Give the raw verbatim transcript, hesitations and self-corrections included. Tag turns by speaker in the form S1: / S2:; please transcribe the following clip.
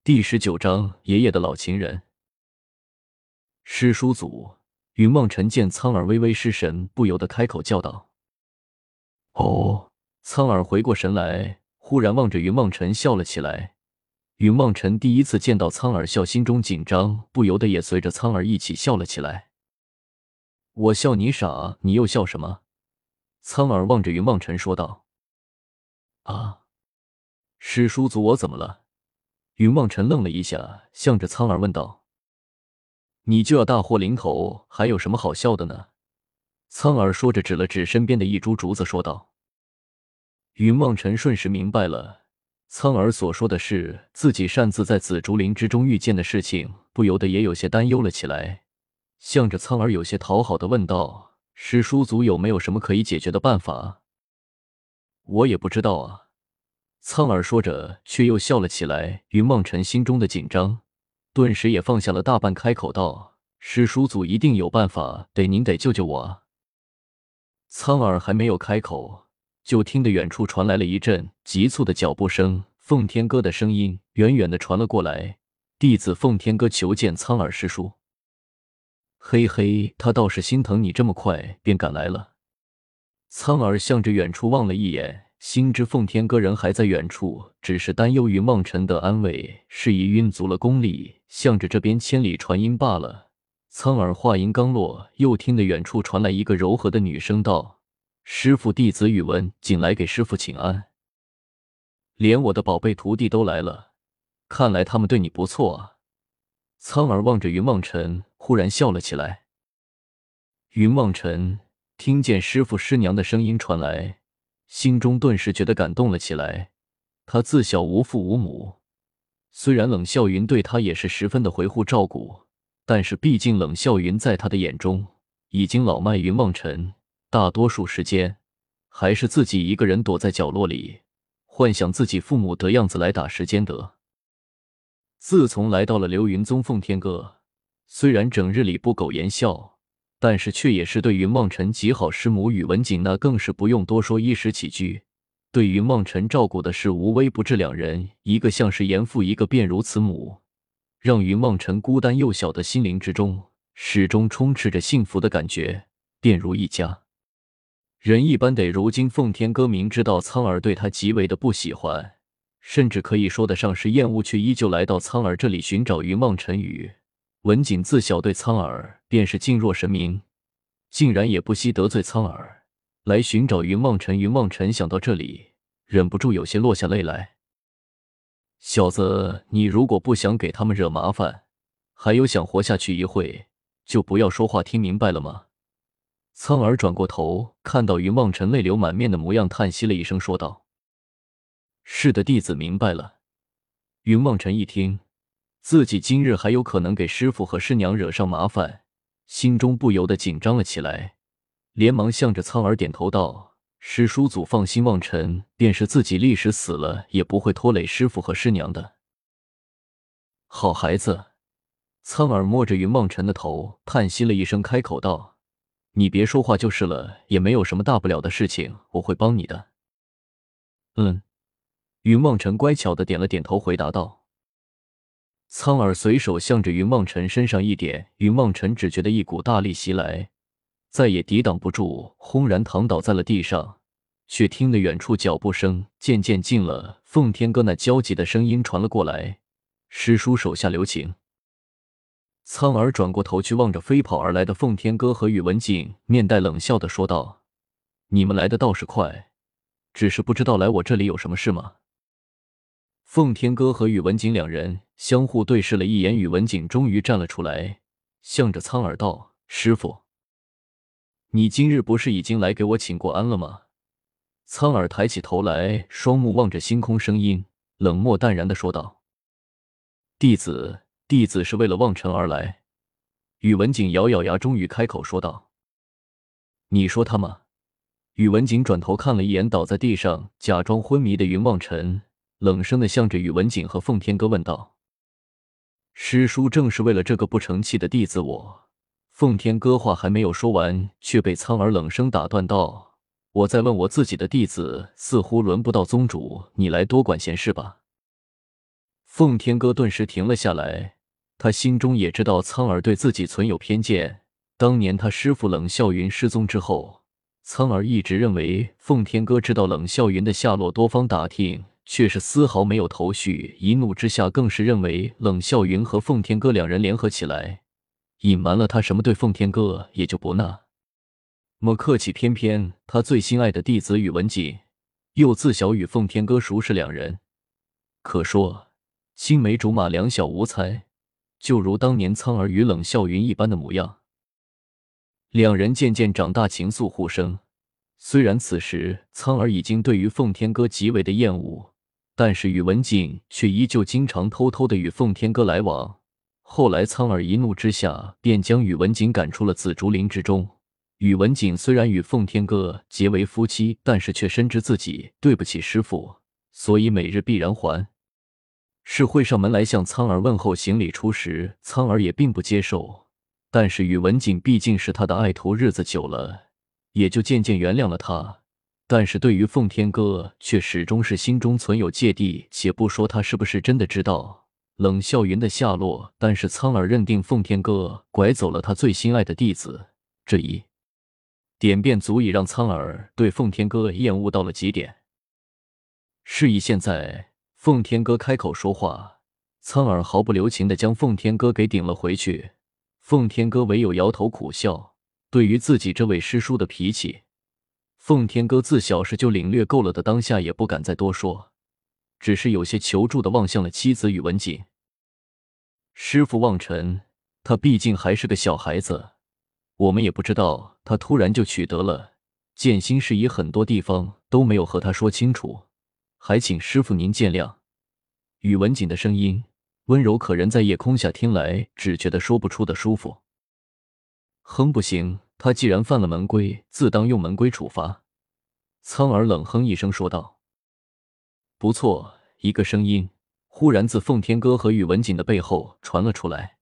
S1: 第十九章爷爷的老情人。师叔祖云梦辰见苍耳微微失神，不由得开口叫道：“哦！”苍耳回过神来，忽然望着云梦辰笑了起来。云梦辰第一次见到苍耳笑，心中紧张，不由得也随着苍耳一起笑了起来。“我笑你傻，你又笑什么？”苍耳望着云梦辰说道。“啊，师叔祖，我怎么了？”云梦辰愣了一下，向着苍耳问道：“你就要大祸临头，还有什么好笑的呢？”苍耳说着指了指身边的一株竹子说道。云梦辰瞬时明白了，苍耳所说的是自己擅自在紫竹林之中遇见的事情，不由得也有些担忧了起来，向着苍耳有些讨好的问道：“师叔祖有没有什么可以解决的办法？”“我也不知道啊。”苍耳说着，却又笑了起来。云梦辰心中的紧张顿时也放下了大半，开口道：“师叔祖一定有办法，得您得救救我啊！”苍耳还没有开口，就听得远处传来了一阵急促的脚步声，奉天歌的声音远远的传了过来：“弟子奉天歌求见苍耳师叔。”“嘿嘿，他倒是心疼你这么快便赶来了。”苍耳向着远处望了一眼，心知奉天歌人还在远处，只是担忧云梦辰的安危，是已运足了功力，向着这边千里传音罢了。苍耳话音刚落，又听得远处传来一个柔和的女声道：“师父，弟子宇文锦来给师父请安。”“连我的宝贝徒弟都来了，看来他们对你不错啊。”苍耳望着云梦辰，忽然笑了起来。云梦辰听见师父师娘的声音传来，心中顿时觉得感动了起来。他自小无父无母，虽然冷笑云对他也是十分的维护照顾，但是毕竟冷笑云在他的眼中已经老迈，云梦辰大多数时间还是自己一个人躲在角落里，幻想自己父母的样子来打时间的。自从来到了流云宗奉天阁，虽然整日里不苟言笑，但是却也是对云梦辰极好。师母宇文锦那更是不用多说，衣食起居对云梦辰照顾的是无微不至，两人一个像是严父，一个便如慈母，让云梦辰孤单幼小的心灵之中始终充斥着幸福的感觉，便如一家人一般。得如今奉天歌明知道苍耳对他极为的不喜欢，甚至可以说得上是厌恶，却依旧来到苍耳这里寻找云梦辰。宇文锦自小对苍耳便是敬若神明，竟然也不惜得罪苍耳来寻找云梦辰。云梦辰想到这里，忍不住有些落下泪来。“小子，你如果不想给他们惹麻烦，还有想活下去一会，就不要说话，听明白了吗？”苍耳转过头，看到云梦辰泪流满面的模样，叹息了一声说道：“是的，弟子明白了。”云梦辰一听自己今日还有可能给师父和师娘惹上麻烦，心中不由得紧张了起来，连忙向着苍耳点头道：“师叔祖放心，望尘便是自己立时死了，也不会拖累师父和师娘的。”“好孩子。”苍耳摸着云梦辰的头，叹息了一声，开口道：“你别说话就是了，也没有什么大不了的事情，我会帮你的。”“嗯。”云梦辰乖巧的点了点头，回答道。苍耳随手向着云梦辰身上一点，云梦辰只觉得一股大力袭来，再也抵挡不住，轰然躺倒在了地上。却听得远处脚步声渐渐近了，奉天歌那焦急的声音传了过来：“师叔手下留情。”苍耳转过头去，望着飞跑而来的奉天歌和宇文锦，面带冷笑的说道：“你们来的倒是快，只是不知道来我这里有什么事吗？”奉天歌和宇文锦两人相互对视了一眼，宇文锦终于站了出来，向着苍耳道：“师父，你今日不是已经来给我请过安了吗？”苍耳抬起头来，双目望着星空，声音冷漠淡然的说道：“弟子，弟子是为了望尘而来。”宇文锦咬咬牙，终于开口说道：“你说他吗？”宇文锦转头看了一眼倒在地上假装昏迷的云望尘，冷声的向着宇文锦和奉天歌问道：“师叔正是为了这个不成器的弟子我……”奉天歌话还没有说完，却被苍耳冷声打断道：“我在问我自己的弟子，似乎轮不到宗主你来多管闲事吧？” 奉天哥顿时停了下来，他心中也知道苍耳对自己存有偏见。当年他师父冷笑云失踪之后，苍耳一直认为奉天哥知道冷笑云的下落，多方打听，却是丝毫没有头绪。一怒之下，更是认为冷笑云和奉天哥两人联合起来，隐瞒了他什么，对奉天哥也就不那么客气。偏偏他最心爱的弟子宇文锦，又自小与奉天哥熟识，两人可说青梅竹马，两小无猜，就如当年苍儿与冷笑云一般的模样。两人渐渐长大，情愫互生。虽然此时苍儿已经对于奉天哥极为的厌恶，但是宇文锦却依旧经常偷偷的与奉天哥来往。后来苍儿一怒之下，便将宇文锦赶出了紫竹林之中。宇文锦虽然与奉天哥结为夫妻，但是却深知自己对不起师父，所以每日必然还。是会上门来向苍儿问候行礼出时，苍儿也并不接受，但是宇文锦毕竟是他的爱徒，日子久了也就渐渐原谅了他。但是对于奉天哥却始终是心中存有芥蒂。且不说他是不是真的知道冷笑云的下落，但是苍儿认定奉天哥拐走了他最心爱的弟子，这一点便足以让苍儿对奉天哥厌恶到了极点。示意现在奉天哥开口说话，苍耳毫不留情地将奉天哥给顶了回去。奉天哥唯有摇头苦笑，对于自己这位师叔的脾气，奉天哥自小时就领略够了的，当下也不敢再多说，只是有些求助地望向了妻子宇文锦。师父望尘，他毕竟还是个小孩子，我们也不知道他突然就取得了剑心事宜，很多地方都没有和他说清楚，还请师父您见谅。宇文锦的声音温柔可人，在夜空下听来只觉得说不出的舒服。哼，不行，他既然犯了门规，自当用门规处罚。苍儿冷哼一声说道。不错，一个声音忽然自奉天哥和宇文锦的背后传了出来。